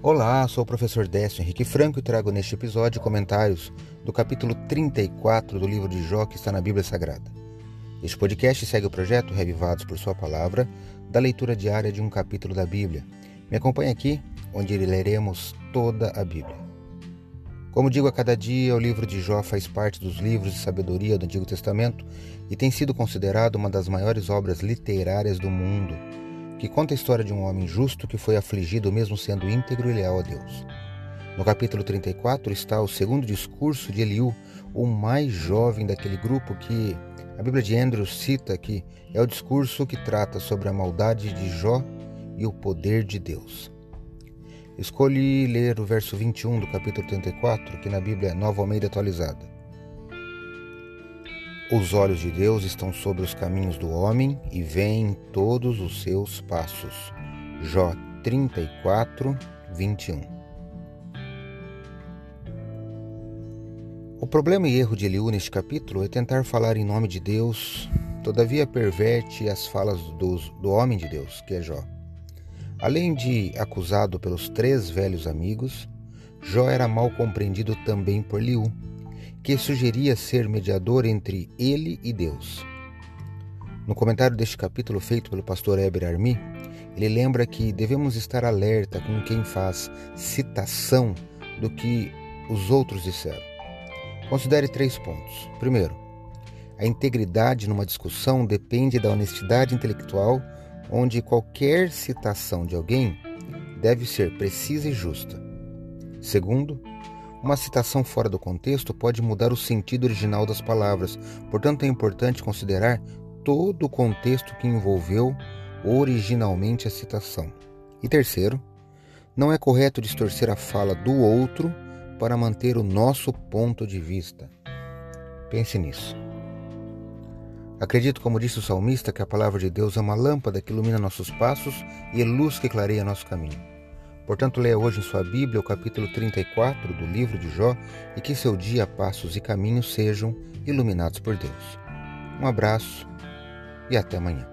Olá, sou o professor Décio Henrique Franco e trago neste episódio comentários do capítulo 34 do livro de Jó que está na Bíblia Sagrada. Este podcast segue o projeto Revivados por Sua Palavra, da leitura diária de um capítulo da Bíblia. Me acompanhe aqui, onde leremos toda a Bíblia. Como digo a cada dia, o livro de Jó faz parte dos livros de sabedoria do Antigo Testamento e tem sido considerado uma das maiores obras literárias do mundo, que conta a história de um homem justo que foi afligido mesmo sendo íntegro e leal a Deus. No capítulo 34 está o segundo discurso de Eliú, o mais jovem daquele grupo que a Bíblia de Andrews cita que é o discurso que trata sobre a maldade de Jó e o poder de Deus. Escolhi ler o verso 21 do capítulo 34, que na Bíblia Nova Almeida Atualizada. Os olhos de Deus estão sobre os caminhos do homem e veem todos os seus passos. Jó 34, 21. O problema e erro de Eliú neste capítulo é tentar falar em nome de Deus, todavia perverte as falas do homem de Deus, que é Jó. Além de acusado pelos 3 velhos amigos, Jó era mal compreendido também por Eliú, que sugeria ser mediador entre ele e Deus. No comentário deste capítulo feito pelo pastor Heber Armi, ele lembra que devemos estar alerta com quem faz citação do que os outros disseram. Considere 3 pontos. Primeiro, a integridade numa discussão depende da honestidade intelectual, onde qualquer citação de alguém deve ser precisa e justa. Segundo, uma citação fora do contexto pode mudar o sentido original das palavras, portanto é importante considerar todo o contexto que envolveu originalmente a citação. E terceiro, não é correto distorcer a fala do outro para manter o nosso ponto de vista. Pense nisso. Acredito, como disse o salmista, que a palavra de Deus é uma lâmpada que ilumina nossos passos e luz que clareia nosso caminho. Portanto, leia hoje em sua Bíblia o capítulo 34 do livro de Jó e que seu dia, passos e caminhos sejam iluminados por Deus. Um abraço e até amanhã.